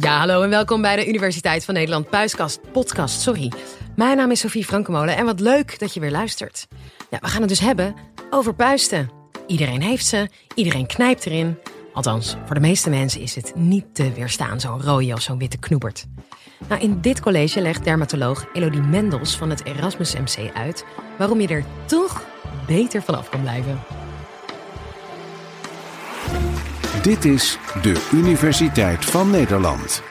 Ja, hallo en welkom bij de Universiteit van Nederland podcast. Mijn naam is Sophie Frankemolen en wat leuk dat je weer luistert. Ja, we gaan het dus hebben over puisten. Iedereen heeft ze, iedereen knijpt erin. Althans, voor de meeste mensen is het niet te weerstaan, zo'n rode of zo'n witte knoebert. Nou, in dit college legt dermatoloog Elodie Mendels van het Erasmus MC uit waarom je er toch beter vanaf kan blijven. Dit is de Universiteit van Nederland.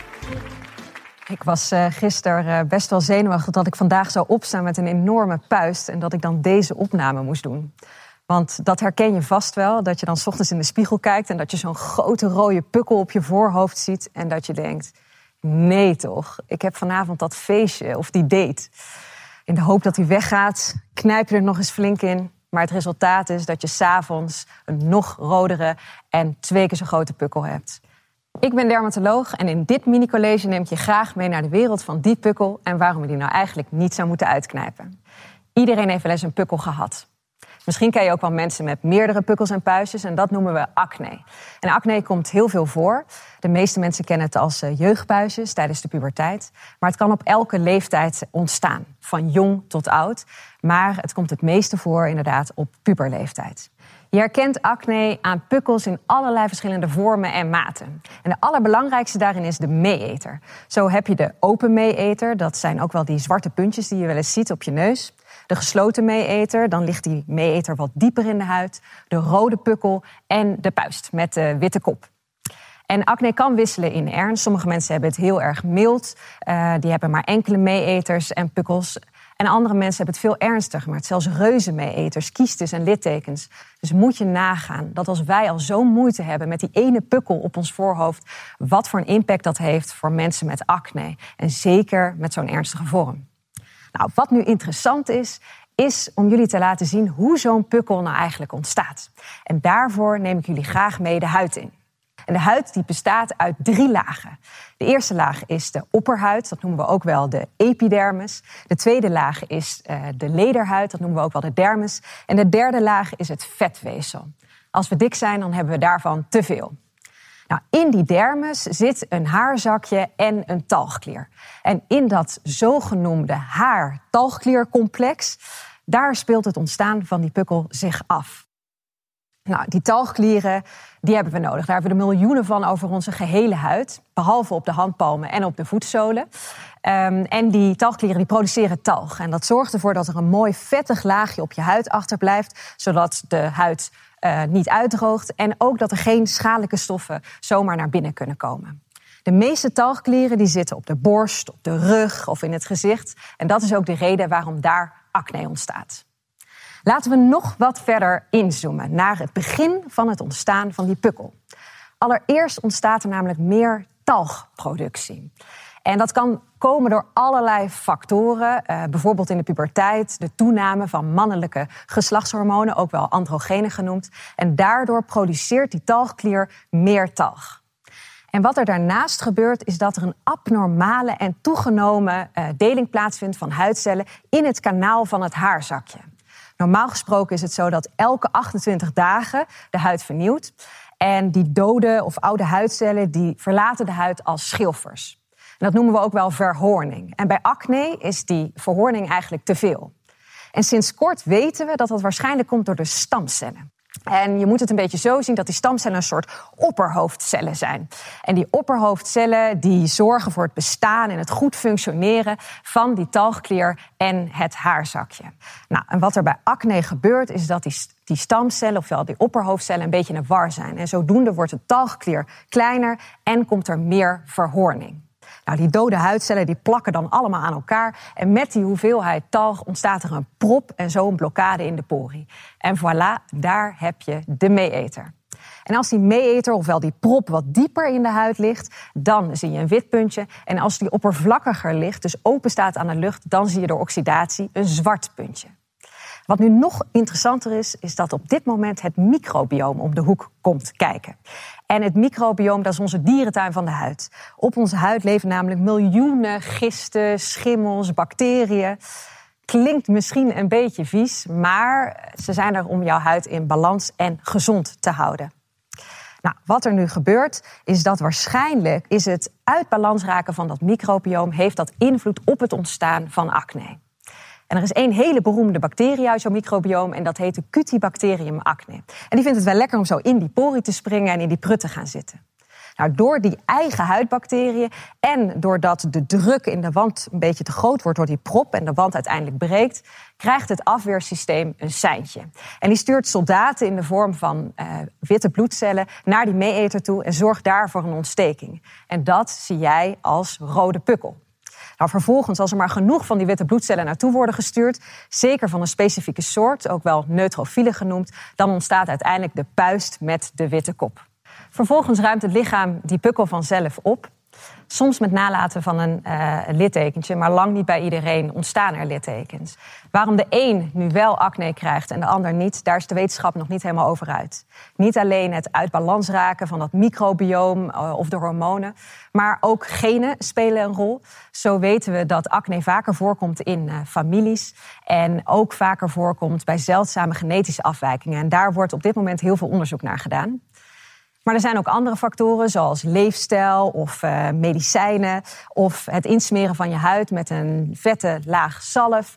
Ik was gisteren best wel zenuwachtig dat ik vandaag zou opstaan met een enorme puist en dat ik dan deze opname moest doen. Want dat herken je vast wel, dat je dan 's ochtends in de spiegel kijkt en dat je zo'n grote rode pukkel op je voorhoofd ziet en dat je denkt, nee toch, ik heb vanavond dat feestje of die date. In de hoop dat hij weggaat, knijp je er nog eens flink in. Maar het resultaat is dat je 's avonds een nog rodere en 2 keer zo grote pukkel hebt. Ik ben dermatoloog en in dit mini-college neem ik je graag mee naar de wereld van die pukkel en waarom je die nou eigenlijk niet zou moeten uitknijpen. Iedereen heeft wel eens een pukkel gehad. Misschien ken je ook wel mensen met meerdere pukkels en puistjes en dat noemen we acne. En acne komt heel veel voor. De meeste mensen kennen het als jeugdpuistjes tijdens de puberteit. Maar het kan op elke leeftijd ontstaan, van jong tot oud. Maar het komt het meeste voor inderdaad op puberleeftijd. Je herkent acne aan pukkels in allerlei verschillende vormen en maten. En de allerbelangrijkste daarin is de meeeter. Zo heb je de open meeeter, dat zijn ook wel die zwarte puntjes die je wel eens ziet op je neus. De gesloten meeeter, dan ligt die meeeter wat dieper in de huid. De rode pukkel en de puist met de witte kop. En acne kan wisselen in ernst. Sommige mensen hebben het heel erg mild. Die hebben maar enkele meeeters en pukkels. En andere mensen hebben het veel ernstiger. Maar het zelfs reuzenmeeeters, kiestes en littekens. Dus moet je nagaan dat als wij al zo'n moeite hebben met die ene pukkel op ons voorhoofd, wat voor een impact dat heeft voor mensen met acne. En zeker met zo'n ernstige vorm. Nou, wat nu interessant is om jullie te laten zien hoe zo'n pukkel nou eigenlijk ontstaat. En daarvoor neem ik jullie graag mee de huid in. En de huid die bestaat uit 3 lagen. De eerste laag is de opperhuid, dat noemen we ook wel de epidermis. De tweede laag is de lederhuid, dat noemen we ook wel de dermis. En de derde laag is het vetweefsel. Als we dik zijn, dan hebben we daarvan te veel. Nou, in die dermis zit een haarzakje en een talgklier. En in dat zogenoemde haar-talgkliercomplex, daar speelt het ontstaan van die pukkel zich af. Nou, die talgklieren, die hebben we nodig. Daar hebben we er miljoenen van over onze gehele huid. Behalve op de handpalmen en op de voetzolen. En die talgklieren die produceren talg. En dat zorgt ervoor dat er een mooi vettig laagje op je huid achterblijft. Zodat de huid niet uitdroogt. En ook dat er geen schadelijke stoffen zomaar naar binnen kunnen komen. De meeste talgklieren die zitten op de borst, op de rug of in het gezicht. En dat is ook de reden waarom daar acne ontstaat. Laten we nog wat verder inzoomen naar het begin van het ontstaan van die pukkel. Allereerst ontstaat er namelijk meer talgproductie. En dat kan komen door allerlei factoren. Bijvoorbeeld in de puberteit, de toename van mannelijke geslachtshormonen, ook wel androgenen genoemd. En daardoor produceert die talgklier meer talg. En wat er daarnaast gebeurt, is dat er een abnormale en toegenomen deling plaatsvindt van huidcellen in het kanaal van het haarzakje. Normaal gesproken is het zo dat elke 28 dagen de huid vernieuwt. En die dode of oude huidcellen die verlaten de huid als schilfers. En dat noemen we ook wel verhoorning. En bij acne is die verhoorning eigenlijk te veel. En sinds kort weten we dat dat waarschijnlijk komt door de stamcellen. En je moet het een beetje zo zien dat die stamcellen een soort opperhoofdcellen zijn. En die opperhoofdcellen die zorgen voor het bestaan en het goed functioneren van die talgklier en het haarzakje. Nou, en wat er bij acne gebeurt is dat die stamcellen, ofwel die opperhoofdcellen, een beetje in de war zijn. En zodoende wordt de talgklier kleiner en komt er meer verhoorning. Nou, die dode huidcellen die plakken dan allemaal aan elkaar. En met die hoeveelheid talg ontstaat er een prop en zo een blokkade in de pori. En voilà, daar heb je de meeeter. En als die meeeter, ofwel die prop, wat dieper in de huid ligt, dan zie je een wit puntje. En als die oppervlakkiger ligt, dus open staat aan de lucht, dan zie je door oxidatie een zwart puntje. Wat nu nog interessanter is dat op dit moment het microbioom om de hoek komt kijken. En het microbioom, dat is onze dierentuin van de huid. Op onze huid leven namelijk miljoenen gisten, schimmels, bacteriën. Klinkt misschien een beetje vies, maar ze zijn er om jouw huid in balans en gezond te houden. Nou, wat er nu gebeurt, is dat waarschijnlijk is het uit balans raken van dat microbioom heeft dat invloed op het ontstaan van acne. En er is één hele beroemde bacterie uit zo'n microbioom en dat heet de Cutibacterium acne. En die vindt het wel lekker om zo in die pori te springen en in die prut te gaan zitten. Nou, door die eigen huidbacteriën en doordat de druk in de wand een beetje te groot wordt door die prop en de wand uiteindelijk breekt, krijgt het afweersysteem een seintje. En die stuurt soldaten in de vorm van witte bloedcellen naar die meeeter toe en zorgt daarvoor een ontsteking. En dat zie jij als rode pukkel. Nou, vervolgens, als er maar genoeg van die witte bloedcellen naartoe worden gestuurd, zeker van een specifieke soort, ook wel neutrofielen genoemd, dan ontstaat uiteindelijk de puist met de witte kop. Vervolgens ruimt het lichaam die pukkel vanzelf op. Soms met nalaten van een littekentje, maar lang niet bij iedereen ontstaan er littekens. Waarom de een nu wel acne krijgt en de ander niet, daar is de wetenschap nog niet helemaal over uit. Niet alleen het uit balans raken van dat microbioom of de hormonen, maar ook genen spelen een rol. Zo weten we dat acne vaker voorkomt in families en ook vaker voorkomt bij zeldzame genetische afwijkingen. En daar wordt op dit moment heel veel onderzoek naar gedaan. Maar er zijn ook andere factoren, zoals leefstijl of medicijnen, of het insmeren van je huid met een vette laag zalf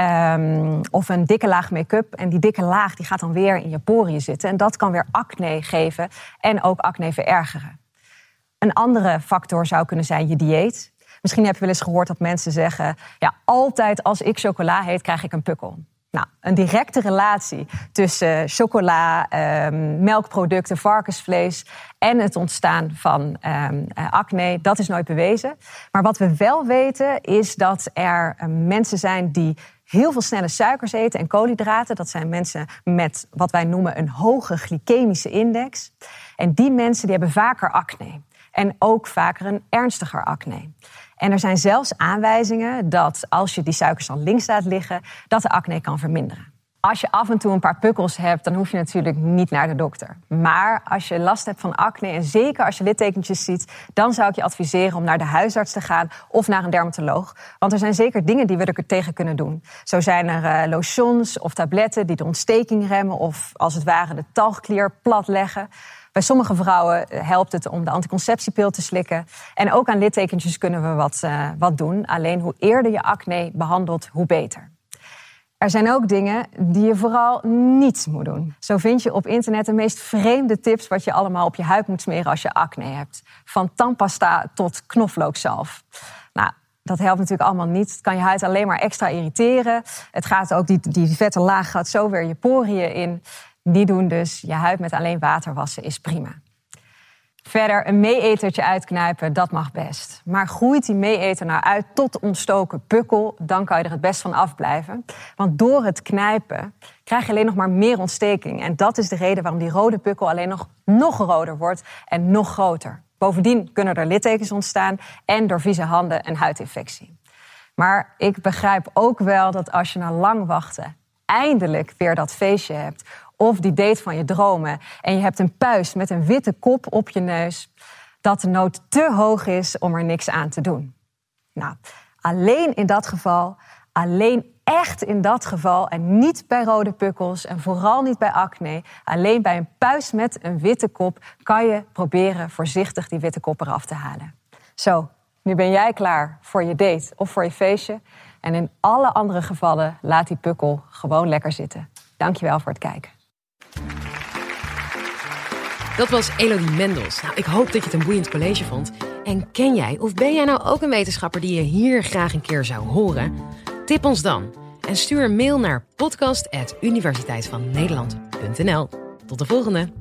of een dikke laag make-up. En die dikke laag die gaat dan weer in je poriën zitten en dat kan weer acne geven en ook acne verergeren. Een andere factor zou kunnen zijn je dieet. Misschien heb je wel eens gehoord dat mensen zeggen, ja, altijd als ik chocola eet, krijg ik een pukkel. Nou, een directe relatie tussen chocola, melkproducten, varkensvlees en het ontstaan van acne, dat is nooit bewezen. Maar wat we wel weten is dat er mensen zijn die heel veel snelle suikers eten en koolhydraten. Dat zijn mensen met wat wij noemen een hoge glycemische index. En die mensen die hebben vaker acne. En ook vaker een ernstiger acne. En er zijn zelfs aanwijzingen dat als je die suikers dan links laat liggen, dat de acne kan verminderen. Als je af en toe een paar pukkels hebt, dan hoef je natuurlijk niet naar de dokter. Maar als je last hebt van acne en zeker als je littekentjes ziet, dan zou ik je adviseren om naar de huisarts te gaan of naar een dermatoloog. Want er zijn zeker dingen die we er tegen kunnen doen. Zo zijn er lotions of tabletten die de ontsteking remmen of als het ware de talgklier platleggen. Bij sommige vrouwen helpt het om de anticonceptiepil te slikken. En ook aan littekentjes kunnen we wat doen. Alleen hoe eerder je acne behandelt, hoe beter. Er zijn ook dingen die je vooral niet moet doen. Zo vind je op internet de meest vreemde tips wat je allemaal op je huid moet smeren als je acne hebt. Van tandpasta tot knoflookzalf. Nou, dat helpt natuurlijk allemaal niet. Het kan je huid alleen maar extra irriteren. Het gaat ook, die vette laag gaat zo weer je poriën in. Die doen dus je huid met alleen water wassen is prima. Verder een meeetertje uitknijpen, dat mag best. Maar groeit die meeeter nou uit tot ontstoken pukkel, dan kan je er het best van afblijven. Want door het knijpen krijg je alleen nog maar meer ontsteking. En dat is de reden waarom die rode pukkel alleen nog roder wordt en nog groter. Bovendien kunnen er littekens ontstaan en door vieze handen een huidinfectie. Maar ik begrijp ook wel dat als je na lang wachten eindelijk weer dat feestje hebt, of die date van je dromen en je hebt een puist met een witte kop op je neus, dat de nood te hoog is om er niks aan te doen. Nou, alleen in dat geval, alleen echt in dat geval en niet bij rode pukkels en vooral niet bij acne, alleen bij een puist met een witte kop kan je proberen voorzichtig die witte kop eraf te halen. Zo, nu ben jij klaar voor je date of voor je feestje. En in alle andere gevallen laat die pukkel gewoon lekker zitten. Dankjewel voor het kijken. Dat was Elodie Mendels. Nou, ik hoop dat je het een boeiend college vond. En ken jij of ben jij nou ook een wetenschapper die je hier graag een keer zou horen? Tip ons dan en stuur een mail naar podcast@universiteitvannederland.nl. Tot de volgende!